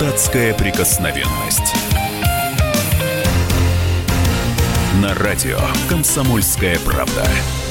Депутатская прикосновенность. На радио «Комсомольская правда».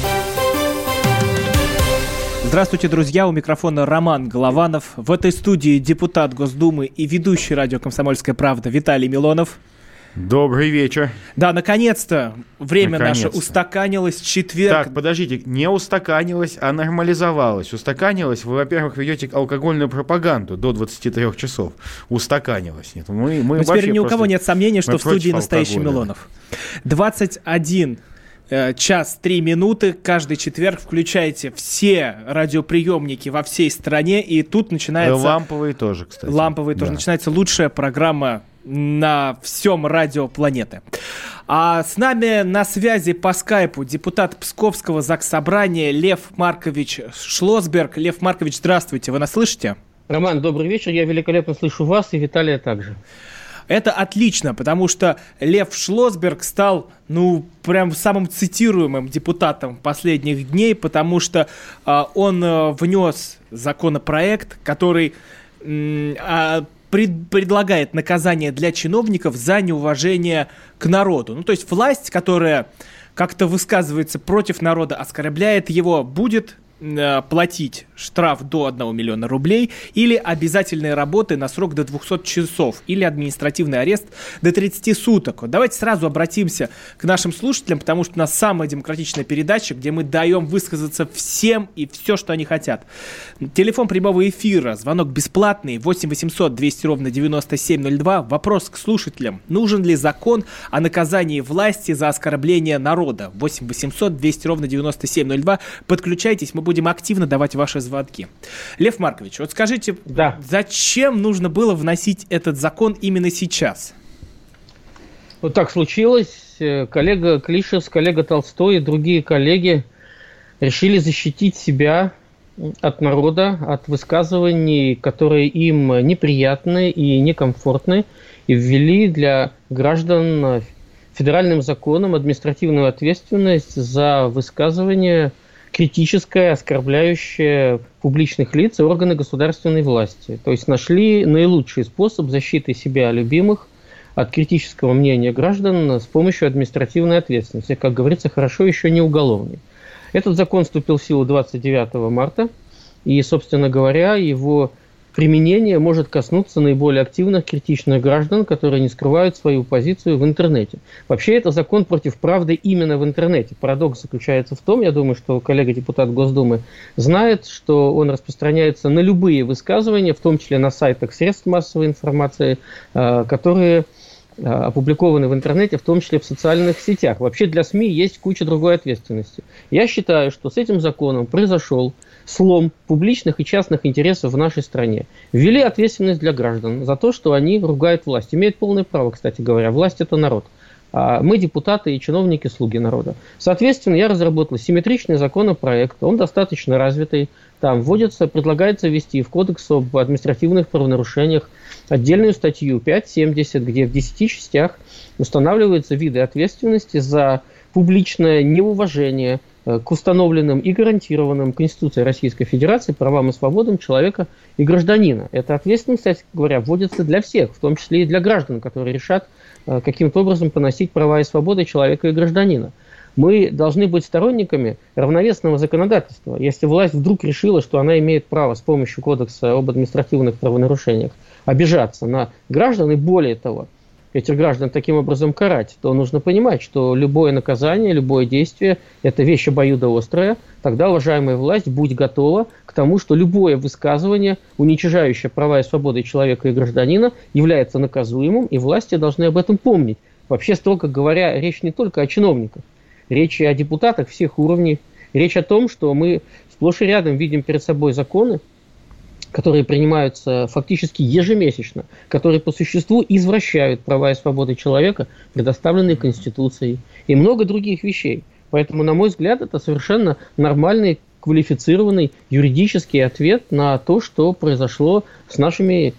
Здравствуйте, друзья, у микрофона Роман Голованов. В этой студии депутат Госдумы и ведущий радио «Комсомольская правда» Виталий Милонов. Добрый вечер. Да, наконец-то время наше устаканилось, четверг. Так, подождите, не устаканилось, а нормализовалось. Устаканилось, вы, во-первых, ведете алкогольную пропаганду до 23 часов. Устаканилось. Нет, мы теперь ни у кого нет сомнений, что в студии настоящий Милонов. 21 час 3 минуты. Каждый четверг включайте все радиоприемники во всей стране, и тут начинается... Ламповые тоже, кстати. Ламповые тоже. Начинается лучшая программа на всем радио планеты. А с нами на связи по скайпу депутат Псковского Заксобрания Лев Маркович Шлосберг. Лев Маркович, здравствуйте, вы нас слышите? Роман, добрый вечер, я великолепно слышу вас и Виталия также. Это отлично, потому что Лев Шлосберг стал, прям самым цитируемым депутатом последних дней, потому что он внес законопроект, который предлагает наказание для чиновников за неуважение к народу. То есть власть, которая как-то высказывается против народа, оскорбляет его, будет платить штраф до 1 миллиона рублей или обязательные работы на срок до 200 часов или административный арест до 30 суток. Давайте сразу обратимся к нашим слушателям, потому что у нас самая демократичная передача, где мы даем высказаться всем и все, что они хотят. Телефон прямого эфира, звонок бесплатный, 8 800 200 ровно 9702. Вопрос к слушателям. Нужен ли закон о наказании власти за оскорбление народа? 8 800 200 ровно 9702. Подключайтесь, мы будем активно давать ваши звонки. Лев Маркович, вот скажите, зачем нужно было вносить этот закон именно сейчас? Вот так случилось. Коллега Клишес, коллега Толстой и другие коллеги решили защитить себя от народа, от высказываний, которые им неприятны и некомфортны, и ввели для граждан федеральным законом административную ответственность за высказывание критическое, оскорбляющее публичных лиц и органы государственной власти. То есть нашли наилучший способ защиты себя любимых от критического мнения граждан с помощью административной ответственности. Как говорится, хорошо еще не уголовной. Этот закон вступил в силу 29 марта, и, собственно говоря, его применение может коснуться наиболее активных критичных граждан, которые не скрывают свою позицию в интернете. Вообще, это закон против правды именно в интернете. Парадокс заключается в том, я думаю, что коллега-депутат Госдумы знает, что он распространяется на любые высказывания, в том числе на сайтах средств массовой информации, которые опубликованы в интернете, в том числе в социальных сетях. Вообще для СМИ есть куча другой ответственности. Я считаю, что с этим законом произошел слом публичных и частных интересов в нашей стране. Ввели ответственность для граждан за то, что они ругают власть. Имеют полное право, кстати говоря. Власть – это народ. А мы, депутаты и чиновники, слуги народа. Соответственно, я разработал симметричный законопроект. Он достаточно развитый. Там предлагается ввести в Кодекс об административных правонарушениях отдельную статью 5.70, где в 10 частях устанавливаются виды ответственности за публичное неуважение к установленным и гарантированным Конституцией Российской Федерации правам и свободам человека и гражданина. Эта ответственность, кстати говоря, вводится для всех, в том числе и для граждан, которые решат каким-то образом поносить права и свободы человека и гражданина. Мы должны быть сторонниками равновесного законодательства. Если власть вдруг решила, что она имеет право с помощью Кодекса об административных правонарушениях обижаться на граждан и более того, этих граждан таким образом карать, то нужно понимать, что любое наказание, любое действие – это вещь обоюдоострая. Тогда, уважаемая власть, будь готова к тому, что любое высказывание, уничижающее права и свободы человека и гражданина, является наказуемым, и власти должны об этом помнить. Вообще, строго говоря, речь не только о чиновниках, речь и о депутатах всех уровней. Речь о том, что мы сплошь и рядом видим перед собой законы, которые принимаются фактически ежемесячно, которые по существу извращают права и свободы человека, предоставленные Конституцией, и много других вещей. Поэтому, на мой взгляд, это совершенно нормальный, квалифицированный юридический ответ на то, что произошло с нашими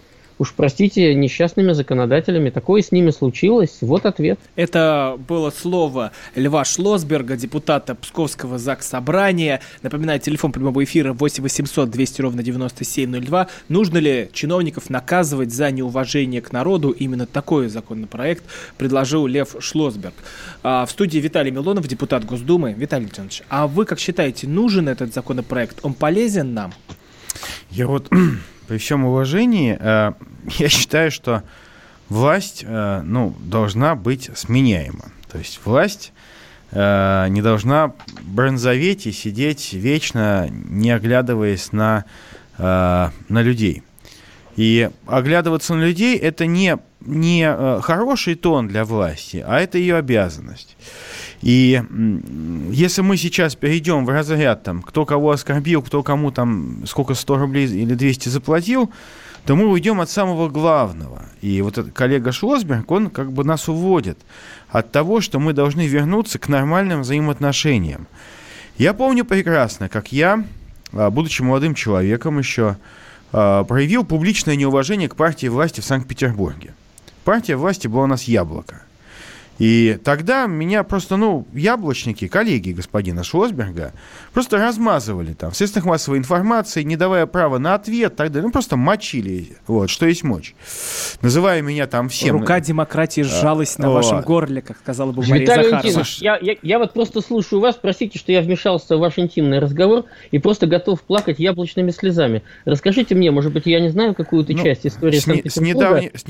уж простите, несчастными законодателями. Такое с ними случилось. Вот ответ. Это было слово Льва Шлосберга, депутата Псковского Заксобрания. Напоминаю, телефон прямого эфира 8 800 200 ровно 9702. Нужно ли чиновников наказывать за неуважение к народу? Именно такой законопроект предложил Лев Шлосберг. В студии Виталий Милонов, депутат Госдумы. Виталий Леонидович, а вы как считаете, нужен этот законопроект? Он полезен нам? Я вот при всем уважении, я считаю, что власть должна быть сменяема. То есть власть не должна бронзоветь и сидеть вечно, не оглядываясь на людей. И оглядываться на людей – это не хороший тон для власти, а это ее обязанность. И если мы сейчас перейдем в разряд, там, кто кого оскорбил, кто кому там сколько 100 рублей или 200 заплатил, то мы уйдем от самого главного. И вот этот коллега Шлосберг, он как бы нас уводит от того, что мы должны вернуться к нормальным взаимоотношениям. Я помню прекрасно, как я, будучи молодым человеком еще, проявил публичное неуважение к партии власти в Санкт-Петербурге. Партия власти была у нас «Яблоко». И тогда меня просто, яблочники, коллеги господина Шлосберга, просто размазывали там в средствах массовой информации, не давая права на ответ, так далее. Просто мочили, что есть мочь. Называя меня там всем... Рука демократии сжалась на вашем горле, как сказала бы Мария Захарова. Я вот просто слушаю вас, простите, что я вмешался в ваш интимный разговор и просто готов плакать яблочными слезами. Расскажите мне, может быть, я не знаю какую-то часть истории Санкт-Петербурга. С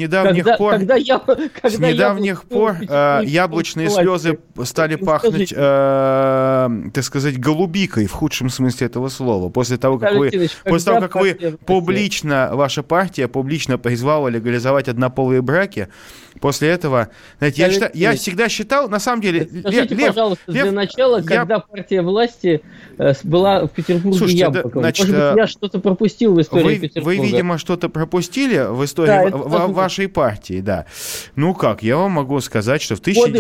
недавних пор яблочные слезы стали пахнуть, так сказать, голубикой в худшем смысле этого слова. После того, как вы публично, ваша партия публично призвала легализовать однополые браки, после этого, знаете, я всегда считал, на самом деле... Скажите, пожалуйста, для начала, когда партия власти была в Петербурге «Яблоком». Может быть, я что-то пропустил в истории Петербурга. Вы, видимо, что-то пропустили в истории вашей партии, да. Ну как, я вам могу сказать, что в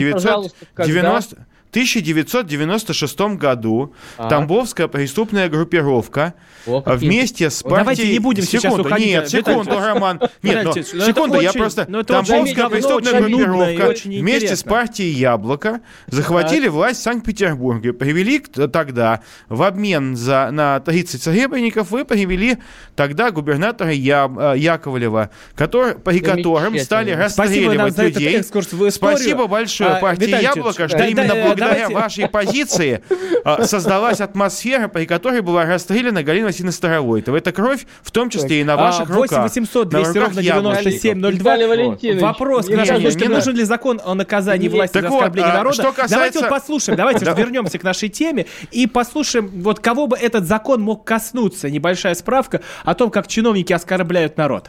1996 году Тамбовская преступная группировка вместе с партией... Давайте не будем сейчас уходить. Нет, секунду, Роман. Нет, секунду, я просто... Тамбовская преступная группировка вместе с партией «Яблоко» захватили власть в Санкт-Петербурге. Привели тогда, в обмен на 30 серебряников, вы привели тогда губернатора Яковлева, при котором стали расстреливать людей. Спасибо большое партии «Яблоко», что именно благодаря вашей позиции создалась атмосфера, при которой была расстреляна Галина Васильевна Старовойтова. Это кровь, в том числе и на ваших руках. 8 800 200 ровно 9702. Вопрос, нужен ли закон о наказании власти за оскорбление народа? Давайте послушаем, давайте вернемся к нашей теме и послушаем, кого бы этот закон мог коснуться. Небольшая справка о том, как чиновники оскорбляют народ.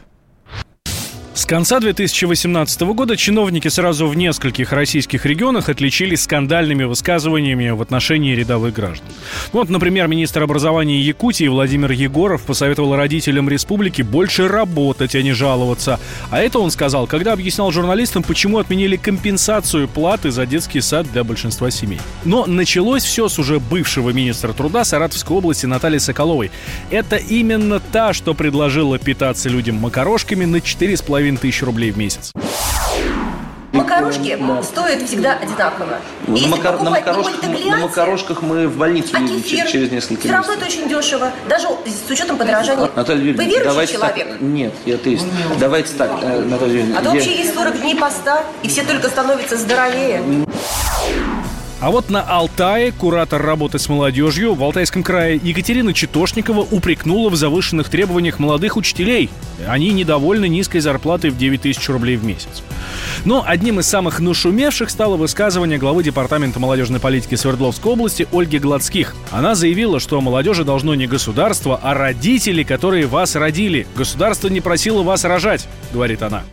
С конца 2018 года чиновники сразу в нескольких российских регионах отличились скандальными высказываниями в отношении рядовых граждан. Например, министр образования Якутии Владимир Егоров посоветовал родителям республики больше работать, а не жаловаться. А это он сказал, когда объяснял журналистам, почему отменили компенсацию платы за детский сад для большинства семей. Но началось все с уже бывшего министра труда Саратовской области Натальи Соколовой. Это именно та, что предложила питаться людям макарошками на 4,5 тысяч рублей в месяц. Макарошки стоят всегда одинаково. На макарошках мы в больницу едем через несколько месяцев. Все равно это очень дешево, даже с учетом подорожания. Наталья Юрьевна, вы верующий человек? Нет, я атеист. Давайте так, Наталья Юрьевна. А то вообще есть 40 дней поста, и все только становятся здоровее. А на Алтае куратор работы с молодежью в Алтайском крае Екатерина Читошникова упрекнула в завышенных требованиях молодых учителей. Они недовольны низкой зарплатой в 9 тысяч рублей в месяц. Но одним из самых нашумевших стало высказывание главы Департамента молодежной политики Свердловской области Ольги Гладских. Она заявила, что молодежи должно не государство, а родители, которые вас родили. Государство не просило вас рожать, говорит она.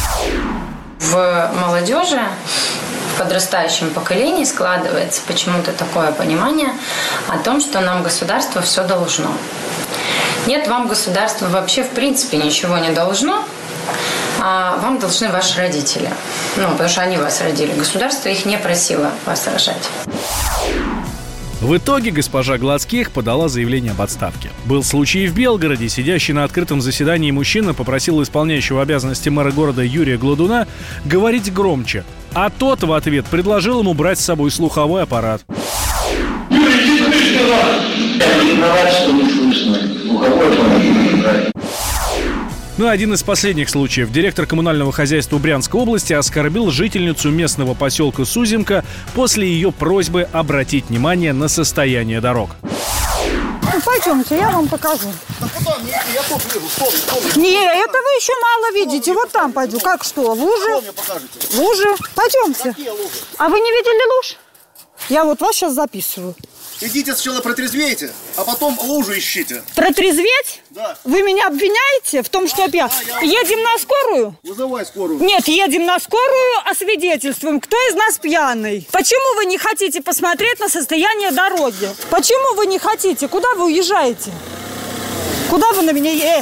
В молодежи, в подрастающем поколении складывается почему-то такое понимание о том, что нам государство все должно. Нет, вам государство вообще в принципе ничего не должно, а вам должны ваши родители. Потому что они вас родили. Государство их не просило вас рожать. В итоге госпожа Гладских подала заявление об отставке. Был случай и в Белгороде. Сидящий на открытом заседании мужчина попросил исполняющего обязанности мэра города Юрия Гладуна говорить громче, а тот в ответ предложил ему брать с собой слуховой аппарат. Юрий, что ты сказал? Признавать, что не слышно. Слуховой аппарат не брать. Ну и один из последних случаев. Директор коммунального хозяйства Брянской области оскорбил жительницу местного поселка Суземка после ее просьбы обратить внимание на состояние дорог. Ну, пойдемте, я вам покажу. Да куда? Я тут вижу, вспомни. Не, это вы еще мало видите. Вот там пойду. Как что? Лужи? Что мне покажете? Лужи. Пойдемте. Какие лужи? А вы не видели луж? Я вот вас сейчас записываю. Идите сначала протрезвейте, а потом лужу ищите. Протрезветь? Да. Вы меня обвиняете в том, что я пьян? Едем на скорую? Вызывай скорую. Нет, едем на скорую, освидетельствуем, кто из нас пьяный. Почему вы не хотите посмотреть на состояние дороги? Почему вы не хотите? Куда вы уезжаете? Куда вы на меня... Я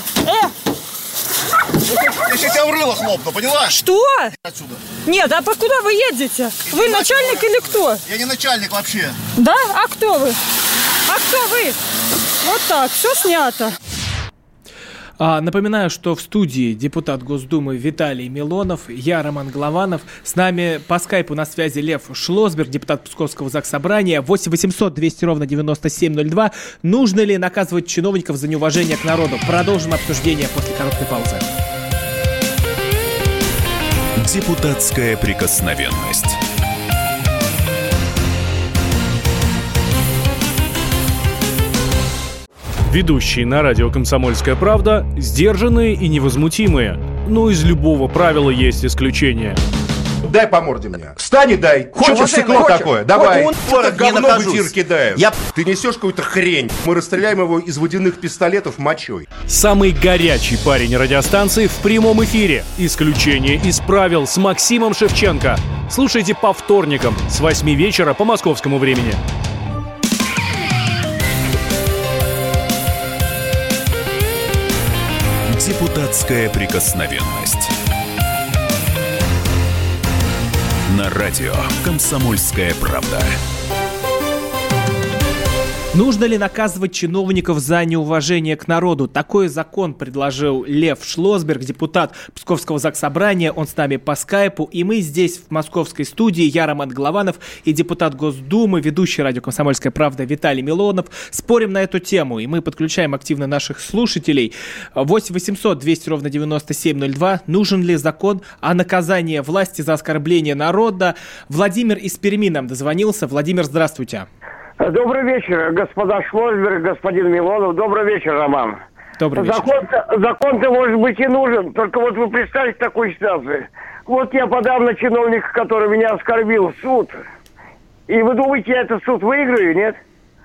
сейчас тебя в рыло хлопну, поняла? Что? Отсюда. Нет, а по куда вы едете? Вы начальник или кто? Я не начальник вообще. Да? А кто вы? А кто вы? Вот так, все снято. Напоминаю, что в студии депутат Госдумы Виталий Милонов, я Роман Голованов. С нами по скайпу на связи Лев Шлосберг, депутат Псковского заксобрания. 8 800 200 ровно 9702. Нужно ли наказывать чиновников за неуважение к народу? Продолжим обсуждение после короткой паузы. Депутатская прикосновенность. Ведущие на радио «Комсомольская правда» сдержанные и невозмутимые. Но из любого правила есть исключение. Дай по морде мне. Встань и дай. Хочешь стекло такое? Давай. Вот говно в эфир кидаешь. Ты несешь какую-то хрень. Мы расстреляем его из водяных пистолетов мочой. Самый горячий парень радиостанции в прямом эфире. Исключение из правил с Максимом Шевченко. Слушайте по вторникам с 8 вечера по московскому времени. Депутатская прикосновенность. На радио «Комсомольская правда». Нужно ли наказывать чиновников за неуважение к народу? Такой закон предложил Лев Шлосберг, депутат Псковского заксобрания. Он с нами по скайпу. И мы здесь, в московской студии, я Роман Голованов и депутат Госдумы, ведущий радио «Комсомольская правда» Виталий Милонов, спорим на эту тему. И мы подключаем активно наших слушателей. 8 800 200 ровно 9702. Нужен ли закон о наказании власти за оскорбление народа? Владимир из Перми нам дозвонился. Владимир, здравствуйте. Добрый вечер, господа Шлосберг, господин Милонов. Добрый вечер, Роман. Добрый вечер. Закон-то, может быть, и нужен. Только вот вы представьте такую ситуацию. Вот я подам на чиновника, который меня оскорбил, в суд. И вы думаете, я этот суд выиграю, нет?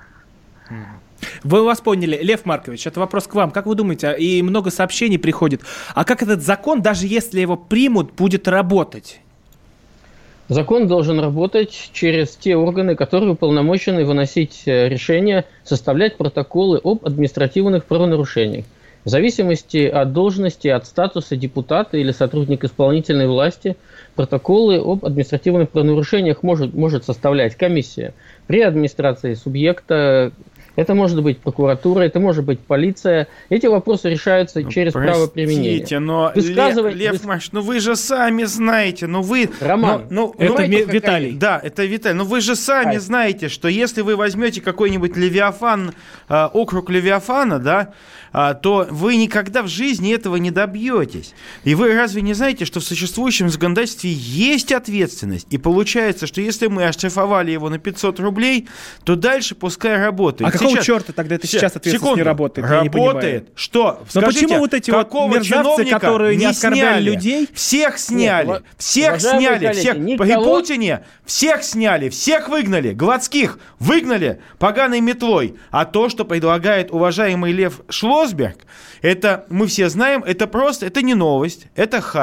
Вы вас поняли. Лев Маркович, это вопрос к вам. Как вы думаете, и много сообщений приходит, а как этот закон, даже если его примут, будет работать? Закон должен работать через те органы, которые уполномочены выносить решения, составлять протоколы об административных правонарушениях. В зависимости от должности, от статуса депутата или сотрудника исполнительной власти, протоколы об административных правонарушениях может составлять комиссия при администрации субъекта. Это может быть прокуратура, это может быть полиция. Эти вопросы решаются через правоприменение. Но Лев Маркович, вы же сами знаете, Роман, это Виталий. Да, это Виталий. Но вы же сами знаете, что если вы возьмете какой-нибудь Левиафан, округ Левиафана, да, то вы никогда в жизни этого не добьетесь. И вы разве не знаете, что в существующем законодательстве есть ответственность? И получается, что если мы оштрафовали его на 500 рублей, то дальше пускай работает. А какого черта тогда это сейчас ответственность не работает? Работает. Что? Но почему вот эти вот мерзавцы, которые не оскорбляли людей? Всех сняли. Всех сняли. При Путине всех сняли. Всех выгнали. Гладских выгнали поганой метлой. А то, что предлагает уважаемый Лев Шлосберг, это мы все знаем, это просто, это не новость, это хайп.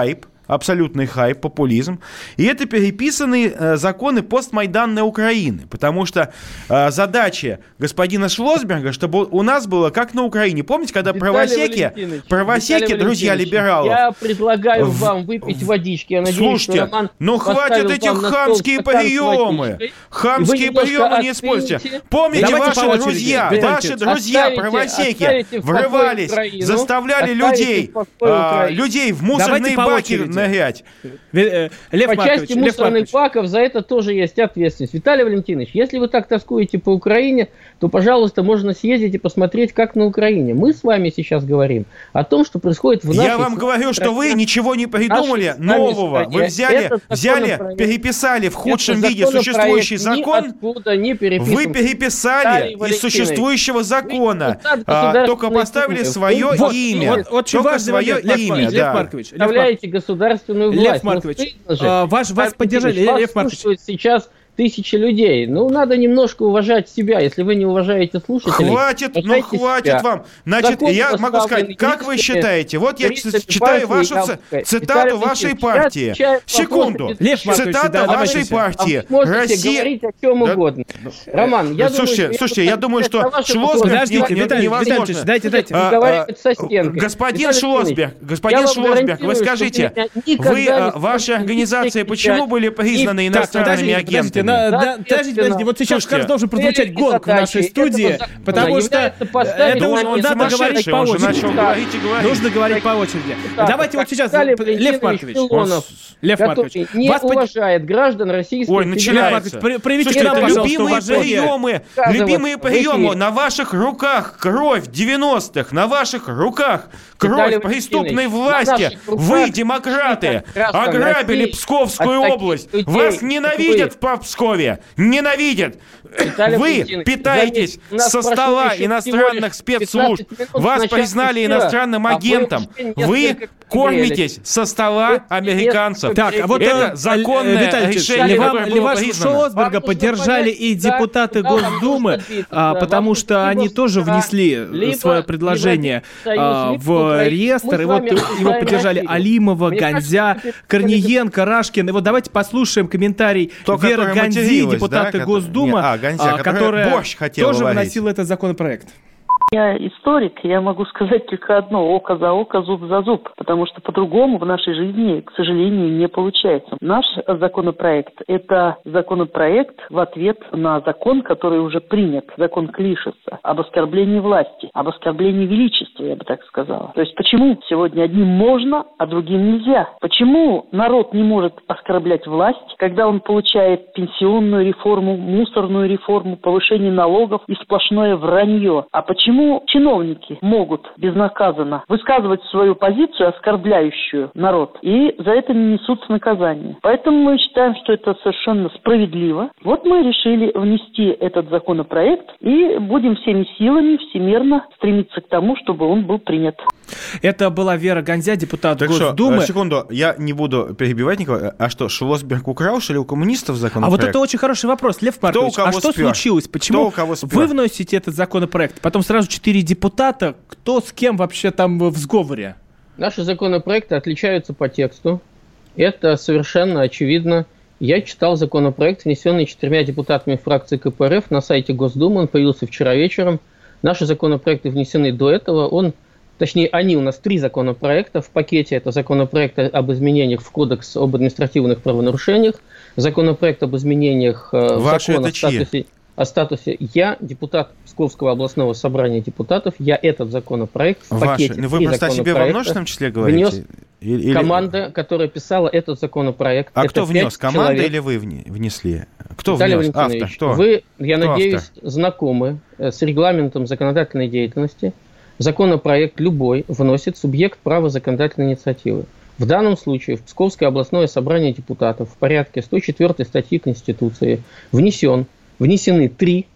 абсолютный хайп, популизм. И это переписанные законы постмайданной Украины. Потому что задача господина Шлосберга, чтобы у нас было как на Украине. Помните, когда правосеки, друзья либералов... Я предлагаю вам выпить водички. Я надеюсь, слушайте, Роман хватит эти хамские приемы. Хамские приемы не используйте. Помните, ваши друзья правосеки врывались, заставляли людей в мусорные баки нырять. По части мусорных баков за это тоже есть ответственность. Виталий Валентинович, если вы так тоскуете по Украине, то, пожалуйста, можно съездить и посмотреть, как на Украине. Мы с вами сейчас говорим о том, что происходит в нашей... Я вам говорю, что вы ничего не придумали нового. Вы взяли, переписали в худшем виде существующий закон. Вы переписали из существующего закона. Только поставили свое имя. Очень важное имя. Лев Маркович. Представляете государственную власть. Лев Маркович, вас поддержали. Лев Маркович. Сейчас тысячи людей. Надо немножко уважать себя. Если вы не уважаете слушателей... Хватит вам. Значит, я могу сказать, как вы считаете? Вот я читаю вашу цитату вашей партии. Секунду. Цитата вашей партии. Можете говорить о чем угодно. Роман, я думаю... Слушайте, я думаю, что Шлосберг невозможно. Дайте. Господин Шлосберг, вы скажите, ваши организации почему были признаны иностранными агентами? Подождите, вот сейчас каждый должен прозвучать гонг в нашей студии, потому что это уже надо говорить по очереди. Нужно говорить по очереди. Давайте вот сейчас, Лев Маркович, который не уважает граждан Российской Федерации. Начинается. Проявите нам, пожалуйста, уважение. Любимые приемы, на ваших руках кровь 90-х, на ваших руках кровь преступной власти. Вы, демократы, ограбили Псковскую область. Вас ненавидят в Пскове. Ненавидят. Вы питаетесь со стола иностранных спецслужб. Вас признали иностранным агентом. Вы кормитесь со стола американцев. Так, а вот это законное решение. Льва Шлосберга поддержали и депутаты Госдумы, потому что они тоже внесли свое предложение в реестр. И вот его поддержали Алимова, Гонзя, Корниенко, Рашкин. И вот давайте послушаем комментарий Веры Гонзи, депутата Госдумы, которая тоже вносила этот законопроект. Я историк, я могу сказать только одно: око за око, зуб за зуб, потому что по-другому в нашей жизни, к сожалению, не получается. Наш законопроект – это законопроект в ответ на закон, который уже принят, закон Клишеса, об оскорблении власти, об оскорблении величества, я бы так сказала. То есть почему сегодня одним можно, а другим нельзя? Почему народ не может оскорблять власть, когда он получает пенсионную реформу, мусорную реформу, повышение налогов и сплошное вранье? А почему чиновники могут безнаказанно высказывать свою позицию, оскорбляющую народ, и за это не несутся наказания? Поэтому мы считаем, что это совершенно справедливо. Вот мы решили внести этот законопроект и будем всеми силами всемирно стремиться к тому, чтобы он был принят. Это была Вера Гонзя, депутат Госдумы. Секунду, я не буду перебивать никого. А что, Шлосберг украл, что ли, у коммунистов законопроект? А вот это очень хороший вопрос, Лев Маркович. А что случилось? Почему вы вносите этот законопроект? Потом сразу 4 депутата. Кто с кем вообще там в сговоре? Наши законопроекты отличаются по тексту. Это совершенно очевидно. Я читал законопроект, внесенный 4 депутатами фракции КПРФ на сайте Госдумы. Он появился вчера вечером. Наши законопроекты внесены до этого. Точнее, у нас 3 законопроекта в пакете. Это законопроект об изменениях в Кодекс об административных правонарушениях, законопроект об изменениях в закон о статусе. Я депутат Псковского областного собрания депутатов. Я этот законопроект в пакете. Вы просто о себе во множественном числе говорите? Внес команда, которая писала этот законопроект. А кто внес? Команда или вы внесли? Кто внес? Автор? Кто? Вы, я надеюсь, знакомы с регламентом законодательной деятельности. Законопроект любой вносит субъект права законодательной инициативы. В данном случае в Псковское областное собрание депутатов в порядке 104 статьи Конституции внесены 3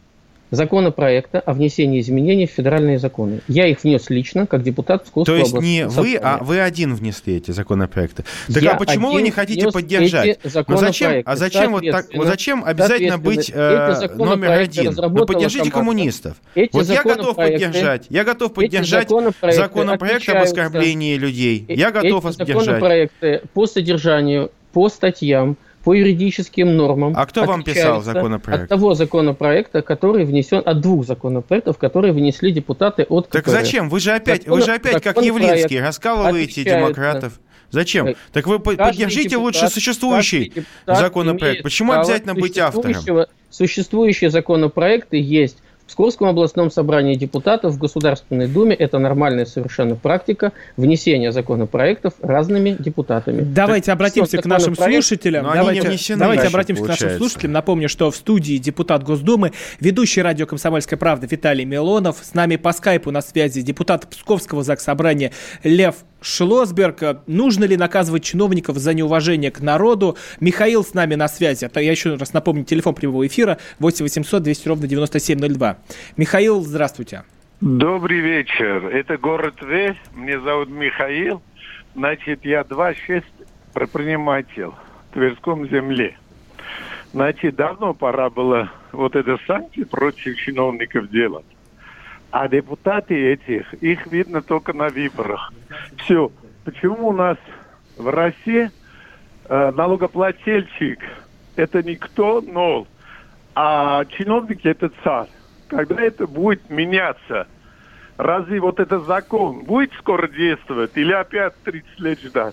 законопроекта о внесении изменений в федеральные законы. Я их внес лично, как депутат Псковского областного собрания. То есть не вы, а вы один внесли эти законопроекты. Так а почему вы не хотите поддержать? Зачем обязательно быть номер один? Вы поддержите коммунистов. Вот я готов поддержать. Я готов поддержать законопроект об оскорблении людей. Я готов поддержать. Законопроекты по содержанию, по статьям, по юридическим нормам. А кто вам писал законопроект? От того законопроекта, который внесен, от двух законопроектов, которые внесли депутаты от КПРФ. Так зачем? Вы же опять как Явлинский, раскалываете демократов. Зачем? Так вы поддержите лучше существующий законопроект. Почему обязательно быть автором? Существующие законопроекты есть в Псковском областном собрании депутатов, в Государственной Думе. Это нормальная совершенно практика внесения законопроектов разными депутатами. Давайте обратимся к нашим слушателям. Давайте обратимся к нашим слушателям. Напомню, что в студии депутат Госдумы, ведущий радио «Комсомольская правда» Виталий Милонов. С нами по скайпу на связи депутат Псковского заксобрания Лев Шлосберг. Нужно ли наказывать чиновников за неуважение к народу? Михаил с нами на связи. Я еще раз напомню, телефон прямого эфира 8 800 200 ровно 9702. Михаил, здравствуйте. Добрый вечер. Это город В. Меня зовут Михаил. Значит, я 26 предприниматель в Тверском земле. Значит, давно пора было вот это санкции против чиновников делать. А депутаты их видно только на выборах. Все. Почему у нас в России налогоплательщик это никто, ноль, а чиновники это царь? Когда это будет меняться? Разве вот этот закон будет скоро действовать или опять 30 лет ждать?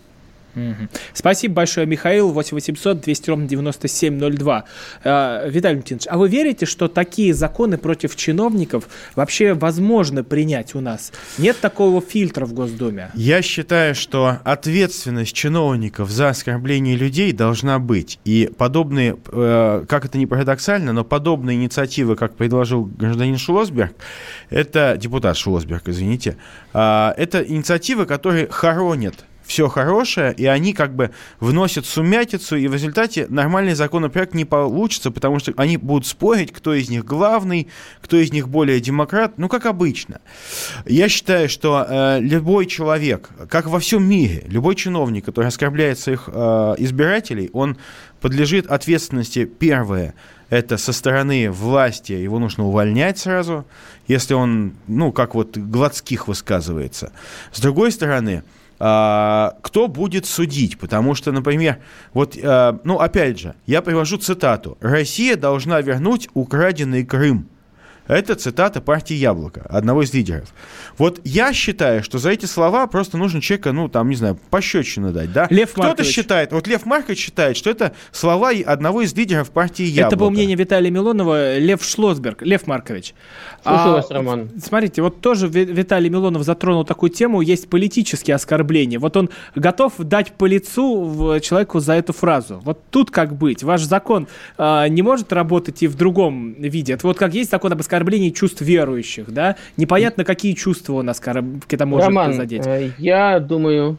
Спасибо большое, Михаил. 8 800 200 ровно 9702. Виталий Валентинович, а вы верите, что такие законы против чиновников вообще возможно принять у нас? Нет такого фильтра в Госдуме? Я считаю, что ответственность чиновников за оскорбление людей должна быть. И подобные, как это ни парадоксально, но подобные инициативы, как предложил гражданин Шлосберг, это депутат Шлосберг, извините, это инициативы, которые хоронят все хорошее, и они как бы вносят сумятицу, и в результате нормальный законопроект не получится, потому что они будут спорить, кто из них главный, кто из них более демократ, ну, как обычно. Я считаю, что любой человек, как во всем мире, любой чиновник, который оскорбляет своих избирателей, он подлежит ответственности, первое, это со стороны власти, его нужно увольнять сразу, если он, ну, как вот Гладских высказывается. С другой стороны, кто будет судить? Потому что, например, вот, ну, опять же, я привожу цитату. «Россия должна вернуть украденный Крым». Это цитата партии «Яблоко», одного из лидеров. Вот я считаю, что за эти слова просто нужно человека, ну, там, не знаю, пощечину дать, да? Кто-то считает, вот Лев Маркович считает, что это слова одного из лидеров партии «Яблоко». Это было мнение Виталия Милонова, Лев Шлосберг. Лев Маркович. Слушаю вас, Роман. Смотрите, вот тоже Виталий Милонов затронул такую тему, есть политические оскорбления. Вот он готов дать по лицу человеку за эту фразу. Вот тут как быть? Ваш закон не может работать и в другом виде. Это вот как есть закон об оскорблении чувств верующих, да? Непонятно, какие чувства у нас к этому может Роман, задеть. Я думаю,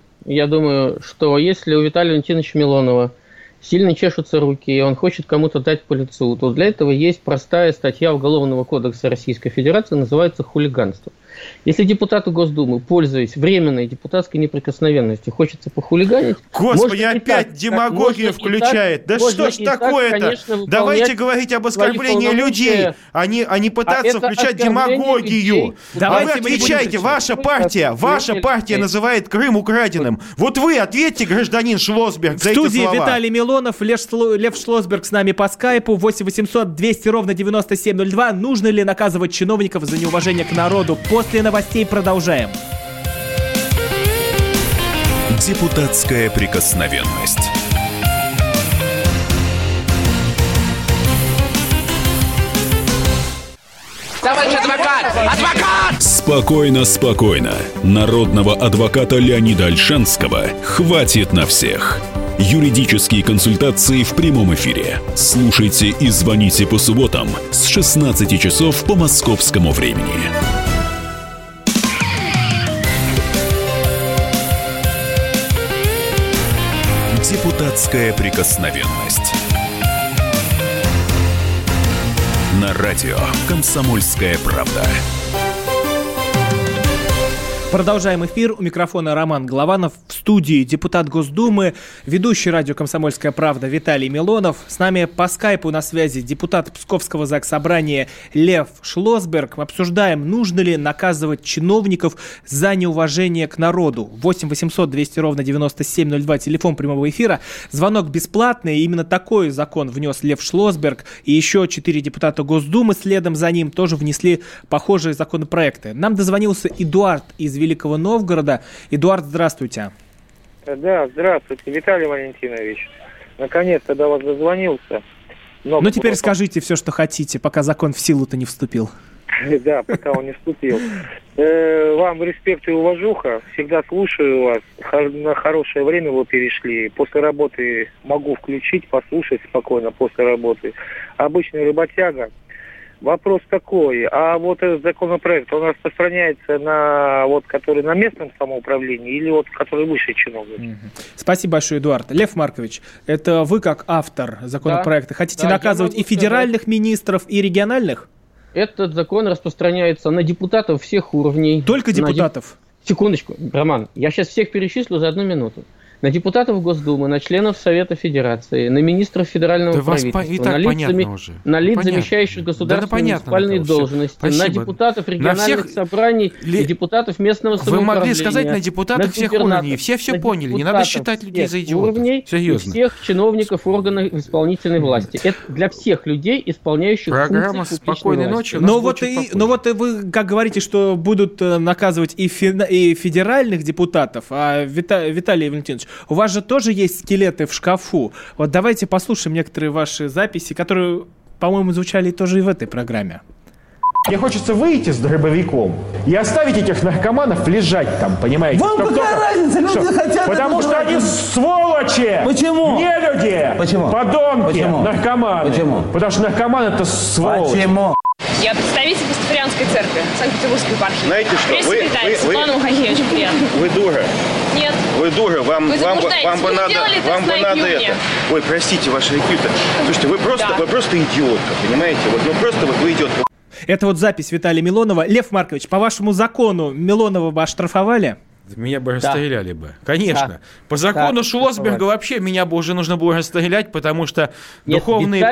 что если у Виталия Валентиновича Милонова сильно чешутся руки, и он хочет кому-то дать по лицу, то для этого есть простая статья Уголовного кодекса Российской Федерации, называется «Хулиганство». Если депутату Госдумы, пользуясь временной депутатской неприкосновенностью, хочется похулиганить... Господи, опять демагогию включает. Да что ж такое-то? Давайте говорить об оскорблении людей, а не пытаться включать демагогию. А вы отвечайте, ваша партия называет Крым украденным. Вот вы ответьте, гражданин Шлосберг, за эти слова. В студии Виталий Милонов, Лев Шлосберг с нами по скайпу. 8 800 200 ровно 9702. Нужно ли наказывать чиновников за неуважение к народу? После новостей продолжаем. Депутатская прикосновенность. Товарищ адвокат! Адвокат! Спокойно, спокойно. Народного адвоката Леонида Ольшанского хватит на всех. Юридические консультации в прямом эфире. Слушайте и звоните по субботам с 16 часов по московскому времени. Депутатская прикосновенность. На радио «Комсомольская правда». Продолжаем эфир. У микрофона Роман Голованов. В студии депутат Госдумы, ведущий радио «Комсомольская правда» Виталий Милонов. С нами по скайпу на связи депутат Псковского заксобрания Лев Шлосберг. Мы обсуждаем, нужно ли наказывать чиновников за неуважение к народу. 8 800 200 ровно 9702, телефон прямого эфира. Звонок бесплатный. Именно такой закон внес Лев Шлосберг. И еще 4 депутата Госдумы следом за ним тоже внесли похожие законопроекты. Нам дозвонился Эдуард из Великого Новгорода. Эдуард, здравствуйте. Да, здравствуйте, Виталий Валентинович. Наконец-то до вас дозвонился. Ну, теперь скажите все, что хотите, пока закон в силу-то не вступил. Да, пока он не вступил. Вам респект и уважуха. Всегда слушаю вас. На хорошее время вы перешли. После работы могу включить, послушать спокойно после работы. Обычный работяга. Вопрос такой, а вот этот законопроект, он распространяется на вот, который на местном самоуправлении или вот, который выше чиновники? Спасибо большое, Эдуард. Лев Маркович, это вы как автор законопроекта хотите наказывать и федеральных министров, и региональных? Этот закон распространяется на депутатов всех уровней. Только депутатов? Секундочку, Роман, я сейчас всех перечислю за 1 минуту. На депутатов Госдумы, на членов Совета Федерации, на министров федерального правительства, на лиц, замещающих государственные муниципальные должности, на депутатов региональных собраний, на депутатов местного самоуправления. Вы могли сказать на депутатов всех уровней. Все поняли, не надо считать людей за идиотов. Серьезно. И всех чиновников органов исполнительной власти. Это для всех людей, исполняющих программа «Спокойной ночи». Но вот вы как говорите, что будут наказывать и федеральных депутатов, а Виталий Валентинович, у вас же тоже есть скелеты в шкафу. Вот давайте послушаем некоторые ваши записи, которые, по-моему, звучали тоже и в этой программе. Мне хочется выйти с дробовиком и оставить этих наркоманов лежать там, понимаете? Вам какая разница? Люди хотят... Потому что они сволочи! Почему? Не люди! Почему? Подонки! Почему? Наркоманы! Почему? Потому что наркоман это сволочь! Почему? Я представитель Пастафарианской церкви Санкт-Петербургской епархии. Знаете что? Пресс-секретарь Светлана Мухахи, очень приятно. Вы дура. Нет. Вы дура, вам бы надо это. Ой, простите, ваша IQ-то. Слушайте, вы просто идиотка, понимаете? Вы идиотка. Это вот запись Виталия Милонова. Лев Маркович, по вашему закону Милонова бы оштрафовали? Меня бы расстреляли бы. Конечно. Да. По закону Шлосберга вообще меня бы уже нужно было расстрелять, потому что духовные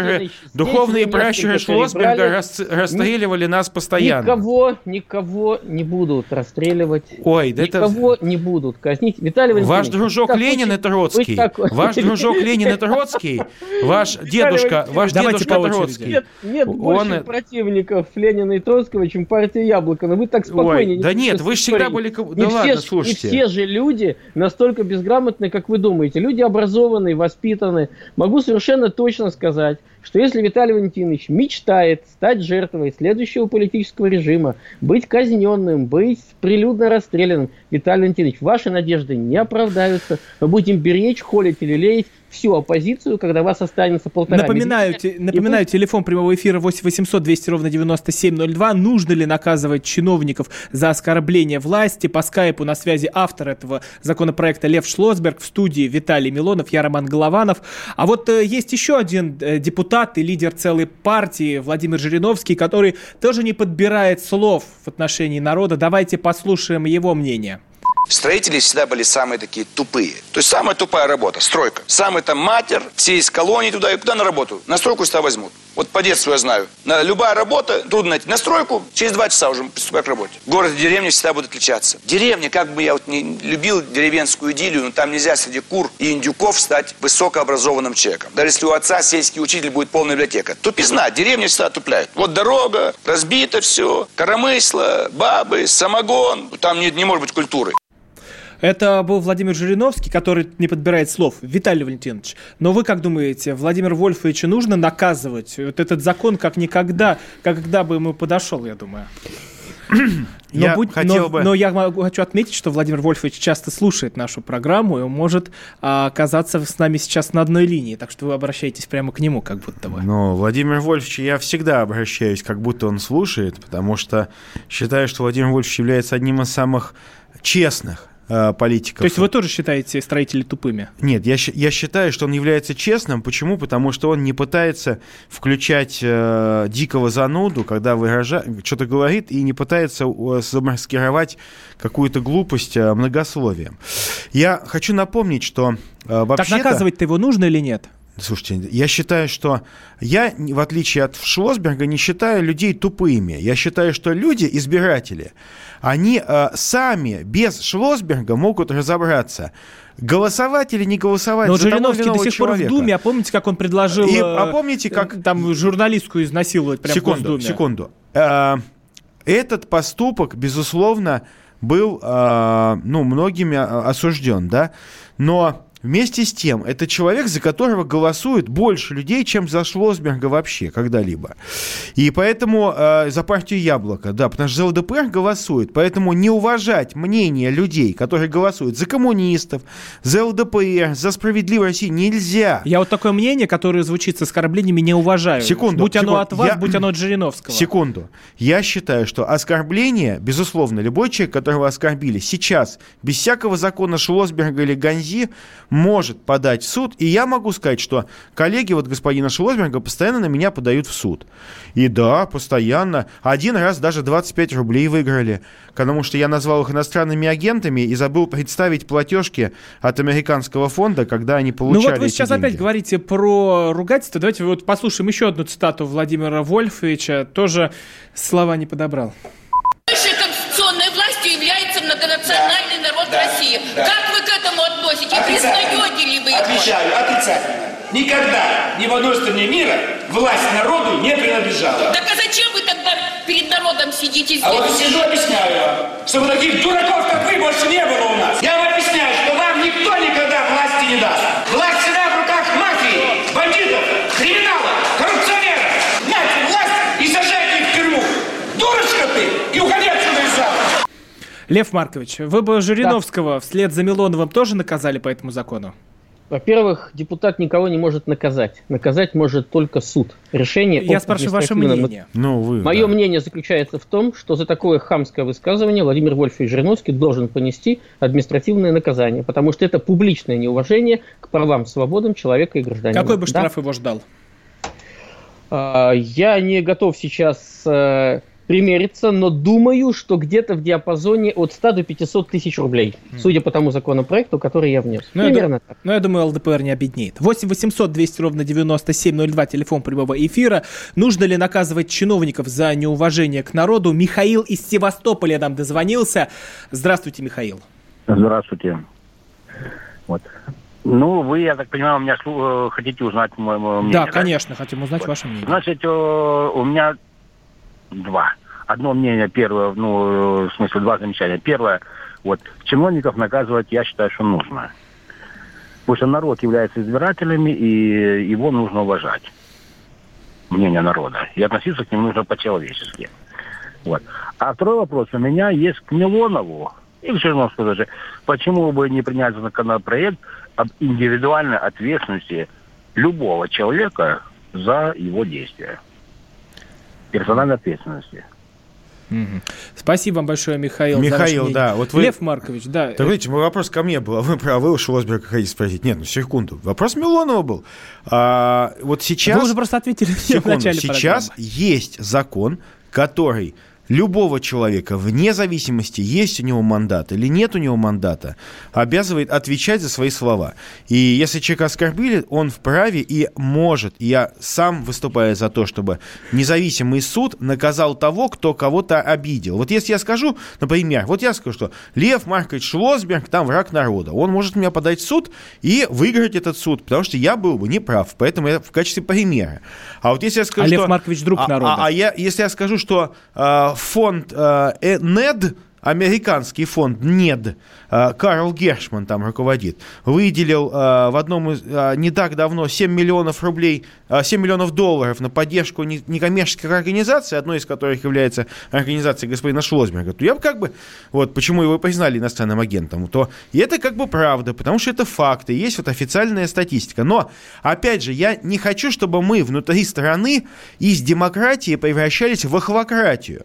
пращуры Шлосберга расстреливали нас постоянно. Никого не будут расстреливать. Ой, никого не будут казнить. Виталий Валентинович, ваш дружок Ленин и Троцкий. Ваш дружок Ленин и Троцкий. Ваш дедушка Троцкий. Нет больше противников Ленина и Троцкого, чем партия Яблоко. Но вы так спокойнее. Да нет, вы же всегда были... И все же люди настолько безграмотны, как вы думаете. Люди образованные, воспитанные. Могу совершенно точно сказать, что если Виталий Валентинович мечтает стать жертвой следующего политического режима, быть казненным, быть прилюдно расстрелянным, Виталий Валентинович, ваши надежды не оправдаются. Мы будем беречь, холить или леять всю оппозицию, когда вас останется 1,5 миллиона. Напоминаю, телефон прямого эфира 8 800 200 ровно 9702. Нужно ли наказывать чиновников за оскорбление власти? По скайпу на связи автор этого законопроекта Лев Шлосберг, в студии Виталий Милонов, я Роман Голованов. А вот есть еще один депутат и лидер целой партии Владимир Жириновский, который тоже не подбирает слов в отношении народа. Давайте послушаем его мнение. Строители всегда были самые такие тупые. То есть самая тупая работа, стройка. Самый там матер, все из колонии туда и куда на работу? На стройку сюда возьмут. Вот по детству я знаю. Любая работа, трудно найти. На стройку, через 2 часа уже приступай к работе. Город и деревня всегда будут отличаться. Деревня, как бы я вот не любил деревенскую идиллию, но там нельзя среди кур и индюков стать высокообразованным человеком. Даже если у отца сельский учитель будет полная библиотека. Тупизна, деревня всегда тупляют. Вот дорога, разбито все, коромысло, бабы, самогон. Там не может быть культуры. Это был Владимир Жириновский, который не подбирает слов. Виталий Валентинович, но вы как думаете, Владимиру Вольфовичу нужно наказывать? Вот этот закон как никогда, когда бы ему подошел, я думаю. Но я хочу отметить, что Владимир Вольфович часто слушает нашу программу, и он может оказаться с нами сейчас на одной линии, так что вы обращаетесь прямо к нему, как будто бы. Но Владимир Вольфович, я всегда обращаюсь, как будто он слушает, потому что считаю, что Владимир Вольфович является одним из самых честных, политиков. То есть вы тоже считаете строителей тупыми? Нет, я считаю, что он является честным. Почему? Потому что он не пытается включать дикого зануду, когда что-то говорит, и не пытается замаскировать какую-то глупость многословием. Я хочу напомнить, что вообще-то... Так наказывать-то его нужно или нет? Слушайте, я считаю, что я, в отличие от Шлосберга, не считаю людей тупыми. Я считаю, что люди, избиратели, они сами без Шлосберга могут разобраться, голосовать или не голосовать но за того Жириновский или иного до сих пор в Думе, а помните, как он предложил помните, как... там журналистку изнасиловать прямо в Госдуме? Секунду. Этот поступок, безусловно, был многими осужден, да, но... Вместе с тем, это человек, за которого голосует больше людей, чем за Шлосберга вообще когда-либо. И поэтому за партию «Яблоко», да, потому что за ЛДПР голосует. Поэтому не уважать мнение людей, которые голосуют за коммунистов, за ЛДПР, за «Справедливую Россию» нельзя. Я вот такое мнение, которое звучит с оскорблениями, не уважаю. Будь оно от вас, будь оно от Жириновского. Секунду. Я считаю, что оскорбление, безусловно, любой человек, которого оскорбили, сейчас, без всякого закона Шлосберга или Ганзи, может подать в суд, и я могу сказать, что коллеги господина Шлосберга постоянно на меня подают в суд. И да, постоянно. Один раз даже 25 рублей выиграли, потому что я назвал их иностранными агентами и забыл представить платежки от американского фонда, когда они получали эти деньги. Вы сейчас опять говорите про ругательство. Давайте послушаем еще одну цитату Владимира Вольфовича. Тоже слова не подобрал. Высшей конституционной властью является многонациональный народ России. Да. Как вы к этому относитесь? Признаете ли вы его? Отвечаю, отрицательно. Никогда ни в одной стране мира власть народу не принадлежала. Так а зачем вы тогда перед народом сидите здесь? А вот сижу, объясняю вам, чтобы таких дураков, как вы, больше не было у нас. Я вам объясняю, что вам никто никогда власти не даст. Власть всегда в руках мафии, бандитов, криминалов, коррупционеров. Нате власть и сажайте их в тюрьму. Дурочка ты, и уходи отсюда из зала. Лев Маркович, вы бы Жириновского вслед за Милоновым тоже наказали по этому закону? Во-первых, депутат никого не может наказать. Наказать может только суд. Решение. Я спрашиваю ваше мнение. Мое мнение заключается в том, что за такое хамское высказывание Владимир Вольфович Жириновский должен понести административное наказание, потому что это публичное неуважение к правам, свободам человека и гражданина. Какой бы штраф его ждал? Я не готов сейчас примериться, но думаю, что где-то в диапазоне от 100 до 500 тысяч рублей, судя по тому законопроекту, который я внес. Примерно так. Я думаю, ЛДПР не обеднеет. 8 800 200 ровно 9702, телефон прямого эфира. Нужно ли наказывать чиновников за неуважение к народу? Михаил из Севастополя нам дозвонился. Здравствуйте, Михаил. Здравствуйте. Вы, я так понимаю, у меня хотите узнать мое мнение? Да, конечно, хотим узнать ваше мнение. Значит, у меня два. Одно мнение, первое, в смысле, два замечания. Первое, чиновников наказывать, я считаю, что нужно. Потому что народ является избирателями, и его нужно уважать. Мнение народа. И относиться к нему нужно по-человечески. А второй вопрос у меня есть к Милонову. И к Жириновскому даже. Почему бы не принять законопроект об индивидуальной ответственности любого человека за его действия? Персональной ответственности. Спасибо вам большое, Михаил. Михаил, да. Лев Маркович, да. Так видите, вопрос ко мне был. Вы у Шлосберга хотите спросить? Нет, секунду. Вопрос Милонова был. Сейчас... Вы уже просто ответили в начале Сейчас программы. Есть закон, который любого человека, вне зависимости, есть у него мандат или нет у него мандата, обязывает отвечать за свои слова. И если человека оскорбили, он вправе и может. Я сам выступаю за то, чтобы независимый суд наказал того, кто кого-то обидел. Если я скажу, например, я скажу, что Лев Маркович Шлосберг, там враг народа, он может меня подать в суд и выиграть этот суд, потому что я был бы неправ. Поэтому я в качестве примера. Если я скажу, Лев Маркович друг народа. Если я скажу, что фонд НЕД, американский фонд НЕД, Карл Гершман там руководит, выделил в одном из, не так давно 7 миллионов долларов на поддержку некоммерческих организаций, одной из которых является организация господина Шлосберга, то я почему его признали иностранным агентом, то это правда, потому что это факты, есть официальная статистика. Но, опять же, я не хочу, чтобы мы внутри страны из демократии превращались в охлократию.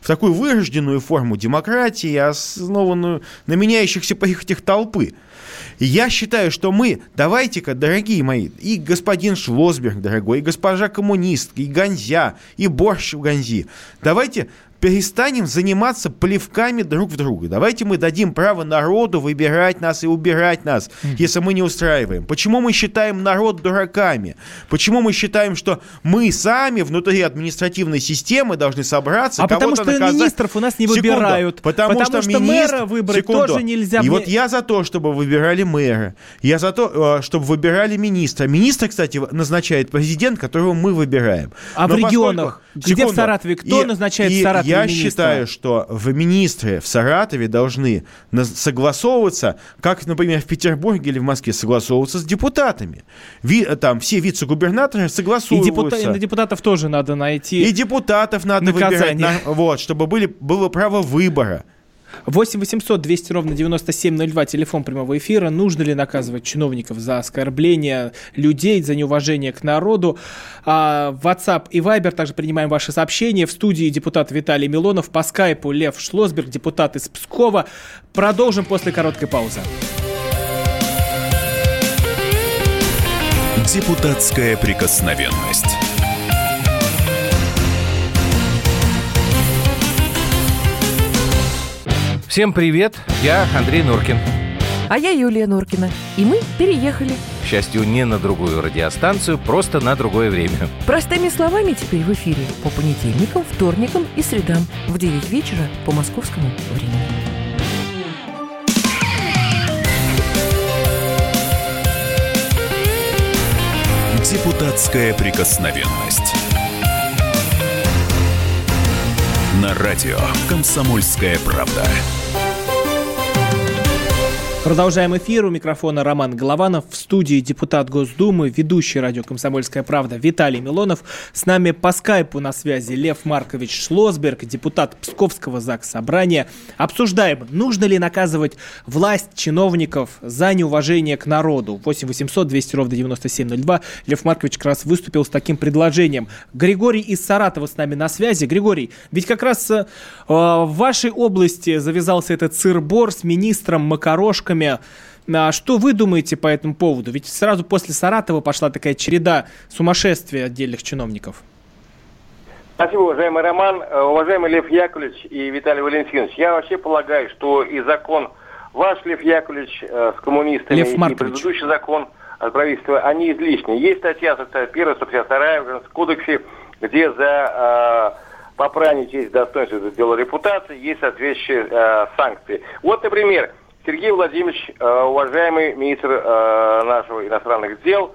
в такую вырожденную форму демократии, основанную на меняющихся прихотях толпы. И я считаю, что мы, давайте-ка, дорогие мои, и господин Шлосберг, дорогой, и госпожа коммунистка, и Ганзя, и борщ в Ганзи, давайте перестанем заниматься плевками друг в друга. Давайте мы дадим право народу выбирать нас и убирать нас, если мы не устраиваем. Почему мы считаем народ дураками? Почему мы считаем, что мы сами внутри административной системы должны собраться, кого-то потому что наказать? Министров у нас не выбирают. Потому что мэра выбрать тоже нельзя. И вот я за то, чтобы выбирали мэра. Я за то, чтобы выбирали министра. Министра, кстати, назначает президент, которого мы выбираем. А в регионах? Где в Саратове? Кто назначает в Саратове? Я считаю, что в министры в Саратове должны согласовываться, как, например, в Петербурге или в Москве, согласовываться с депутатами. Там все вице-губернаторы согласовываются. И депутатов тоже надо найти. И депутатов надо выбирать, чтобы было право выбора. 8 800 200 ровно 9702, телефон прямого эфира. Нужно ли наказывать чиновников за оскорбление людей, за неуважение к народу? WhatsApp и Viber, также принимаем ваши сообщения. В студии депутат Виталий Милонов, по скайпу Лев Шлосберг, депутат из Пскова. Продолжим после короткой паузы. Депутатская прикосновенность. Всем привет, я Андрей Нуркин. А я Юлия Нуркина. И мы переехали. К счастью, не на другую радиостанцию, просто на другое время. Простыми словами теперь в эфире по понедельникам, вторникам и средам в 9 вечера по московскому времени. Депутатская прикосновенность. На радио «Комсомольская правда». Продолжаем эфир. У микрофона Роман Голованов. В студии депутат Госдумы, ведущий радио «Комсомольская правда» Виталий Милонов. С нами по скайпу на связи Лев Маркович Шлосберг, депутат Псковского Заксобрания. Обсуждаем, нужно ли наказывать власть, чиновников за неуважение к народу. 8 800 200 ровно 9702. Лев Маркович как раз выступил с таким предложением. Григорий из Саратова с нами на связи. Григорий, ведь как раз в вашей области завязался этот сыр-бор с министром Макарошкой. Что вы думаете по этому поводу? Ведь сразу после Саратова пошла такая череда сумасшествия отдельных чиновников. Спасибо, уважаемый Роман, уважаемый Лев Яковлевич и Виталий Валентинович. Я вообще полагаю, что и закон ваш, Лев Яковлевич, с коммунистами, и предыдущий закон от правительства, они излишни. Есть статья 151, 152 в Гражданском кодексе, где за попрание чести, достоинства, за дело репутации есть соответствующие санкции. Вот, например, Сергей Владимирович, уважаемый министр нашего иностранных дел,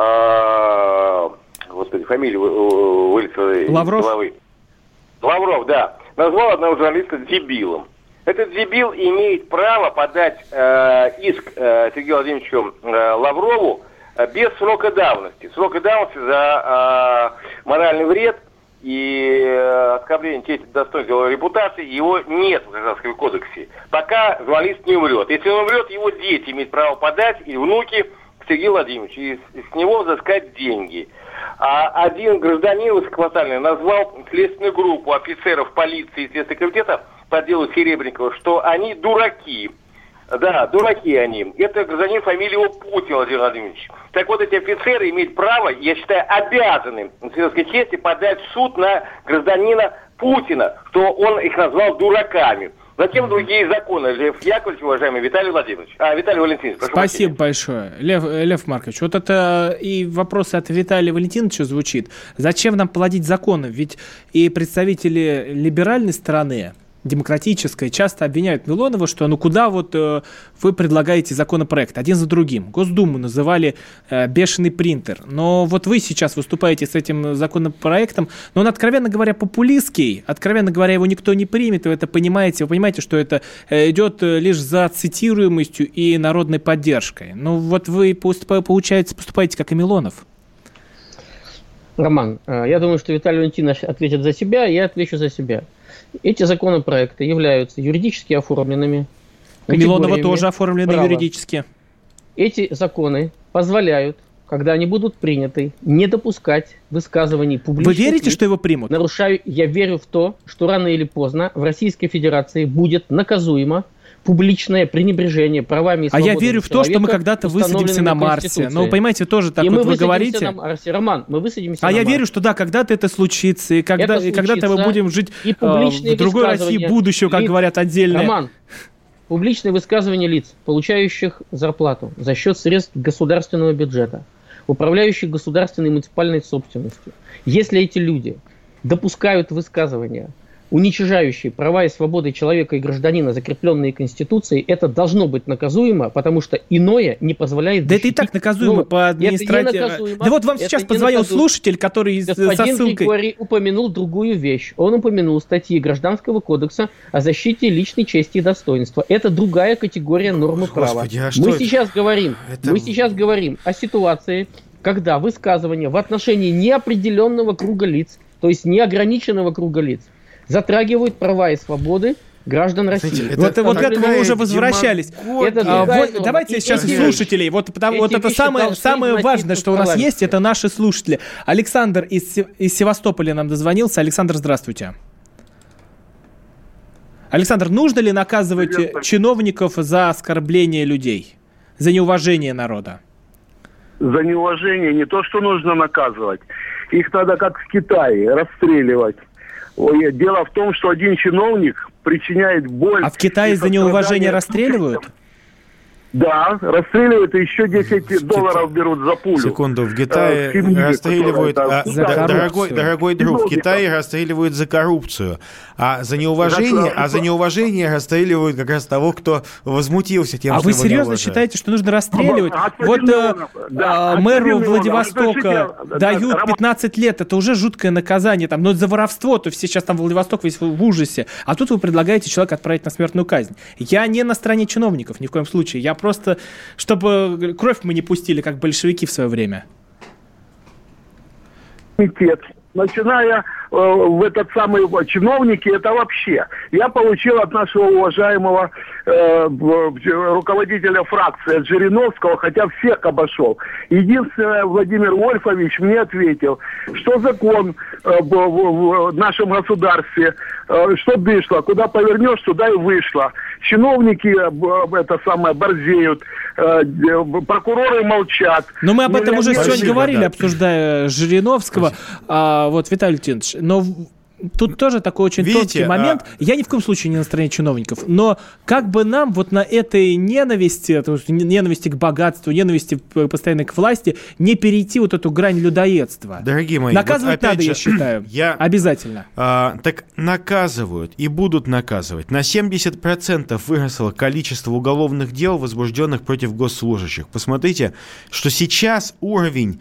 господи, фамилия вылетела из головы. Лавров, да, назвал одного журналиста дебилом. Этот дебил имеет право подать иск Сергею Владимировичу Лаврову без срока давности. Срока давности за моральный вред и оскорбление чести, достоинства, репутации, его нет в Гражданском кодексе. Пока журналист не умрет. Если он умрет, его дети имеют право подать, и внуки, к Сергею Владимировичу, и с него взыскать деньги. А один гражданин высокопоставленный назвал следственную группу офицеров полиции и Следственного комитета по делу Серебренникова, что они дураки. Да, дураки они. Это гражданин фамилии Путин Владимир Владимирович. Так вот, эти офицеры имеют право, я считаю, обязаны в светской чести подать в суд на гражданина Путина, что он их назвал дураками. Затем другие законы. Лев Яковлевич, уважаемый Виталий Владимирович. Виталий Валентинович, прошу Спасибо большое. Лев Маркович, вот это и вопрос от Виталия Валентиновича звучит. Зачем нам плодить законы? Ведь и представители либеральной стороны, демократической, часто обвиняют Милонова, что куда вы предлагаете законопроект один за другим. Госдуму называли бешеный принтер. Но вот вы сейчас выступаете с этим законопроектом, но он, откровенно говоря, популистский. Откровенно говоря, его никто не примет, вы это понимаете. Вы понимаете, что это идет лишь за цитируемостью и народной поддержкой. Ну вот вы, получается, поступаете как и Милонов. Роман, я думаю, что Виталий Валентинович ответит за себя, я отвечу за себя. Эти законопроекты являются юридически оформленными. Милонова тоже оформлены юридически. Эти законы позволяют когда они будут приняты, не допускать высказываний публичных. Вы верите, что его примут? Я верю в то, что рано или поздно в Российской Федерации будет наказуемо публичное пренебрежение правами и свободами человека. А я верю в то, что мы когда-то высадимся на Марсе. Но вы понимаете, тоже так вот вы говорите. На Марсе. Роман, мы высадимся на Марсе. А я верю, что да, когда-то это случится, и когда-то мы будем жить в другой России будущего, как говорят отдельные. Роман, публичные высказывания лиц, получающих зарплату за счет средств государственного бюджета, управляющих государственной и муниципальной собственностью. Если эти люди допускают высказывания, уничижающие права и свободы человека и гражданина, закрепленные Конституцией, это должно быть наказуемо, потому что иное не позволяет... Да это и так наказуемо по административному... Да вот вам сейчас позвонил слушатель, который со ссылкой... Господин Григорий упомянул другую вещь. Он упомянул статьи Гражданского кодекса о защите личной чести и достоинства. Это другая категория нормы права. Мы сейчас говорим о ситуации, когда высказывания в отношении неопределенного круга лиц, то есть неограниченного круга лиц, затрагивают права и свободы граждан России. Вот к этому мы уже возвращались. Давайте сейчас слушателей. Вот это самое важное, что у нас есть, это наши слушатели. Александр из Севастополя нам дозвонился. Александр, здравствуйте. Александр, нужно ли наказывать чиновников за оскорбление людей, за неуважение народа? За неуважение не то, что нужно наказывать. Их надо, как в Китае, расстреливать. Дело в том, что один чиновник причиняет боль... А в Китае за неуважение расстреливают? Да, расстреливают, и еще $10 берут за пулю. Секунду, в Китае расстреливают... Дорогой друг, в Китае расстреливают за коррупцию. А за неуважение расстреливают как раз того, кто возмутился тем, что вы серьезно считаете, что нужно расстреливать? Вот мэру Владивостока дают 15 лет, это уже жуткое наказание. Но за воровство, то все сейчас там Владивосток весь в ужасе. А тут вы предлагаете человека отправить на смертную казнь. Я не на стороне чиновников ни в коем случае. Я просто, чтобы кровь мы не пустили, как большевики в свое время. Начиная в этот самый чиновники, это вообще. Я получил от нашего уважаемого руководителя фракции, от Жириновского, хотя всех обошел. Единственное, Владимир Вольфович мне ответил, что закон в нашем государстве, что дышло, куда повернешь, туда и вышло. Чиновники борзеют, прокуроры молчат. Но мы об этом уже сегодня говорили, обсуждая Жириновского. Виталий Леонидович, но тут тоже такой очень тонкий момент. Я ни в коем случае не на стороне чиновников, но как бы нам вот на этой ненависти к богатству, ненависти постоянной к власти, не перейти вот эту грань людоедства? Дорогие мои, наказывать надо, я считаю. Обязательно. Так наказывают и будут наказывать. На 70% выросло количество уголовных дел, возбужденных против госслужащих. Посмотрите, что сейчас уровень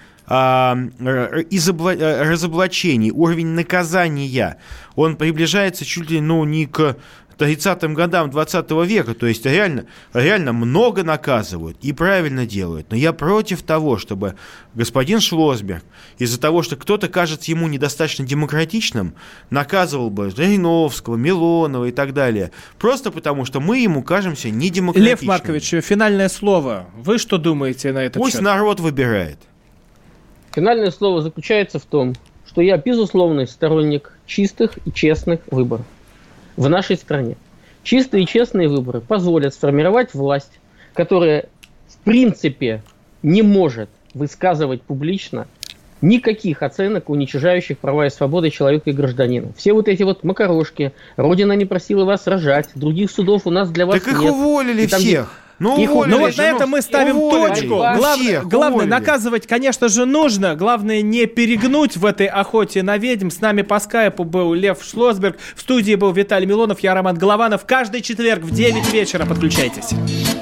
разоблачений, уровень наказания, он приближается чуть ли не к 30-м годам 20 века, то есть реально много наказывают и правильно делают. Но я против того, чтобы господин Шлосберг из-за того, что кто-то кажется ему недостаточно демократичным, наказывал бы Жириновского, Милонова и так далее, просто потому что мы ему кажемся недемократичными. Лев Маркович, финальное слово. Вы что думаете на этот счет? Пусть народ выбирает. Финальное слово заключается в том, что я безусловный сторонник чистых и честных выборов в нашей стране. Чистые и честные выборы позволят сформировать власть, которая в принципе не может высказывать публично никаких оценок, уничижающих права и свободы человека и гражданина. Все вот эти вот макарошки, Родина не просила вас рожать, других судов у нас для вас так нет. Так их уволили всех. Ну вот на этом мы ставим точку. Главное, наказывать, конечно же, нужно. Главное, не перегнуть в этой охоте на ведьм. С нами по скайпу был Лев Шлосберг. В студии был Виталий Милонов, я Роман Голованов. Каждый четверг в 9 вечера подключайтесь.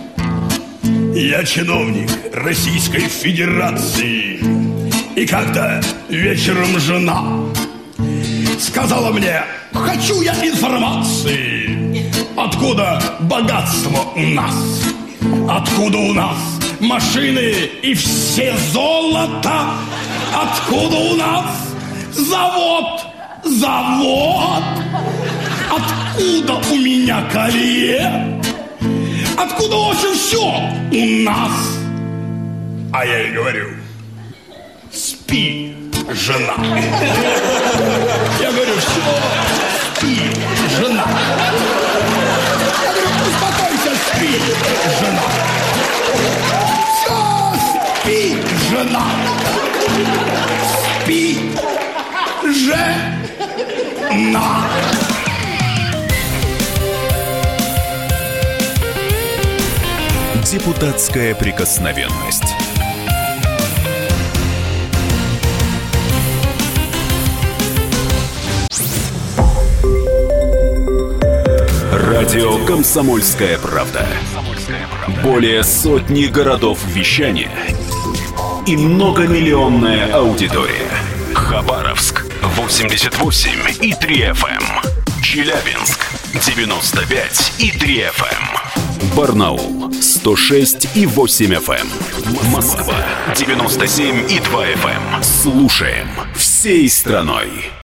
Я чиновник Российской Федерации. И как-то вечером жена сказала мне: хочу я информации, откуда богатство у нас. Откуда у нас машины и все золото? Откуда у нас завод? Откуда у меня колье? Откуда вообще все у нас? А я ей говорю: спи, жена. Я говорю, все, спи, жена. Я говорю, успокойся, спи, жена. Все, спи, жена. Спи, жена. Депутатская прикосновенность. Радио «Комсомольская правда». Более сотни городов вещания и многомиллионная аудитория. Хабаровск 88,3 FM. Челябинск 95,3 FM. Барнаул 106,8 FM. Москва 97,2 FM. Слушаем всей страной.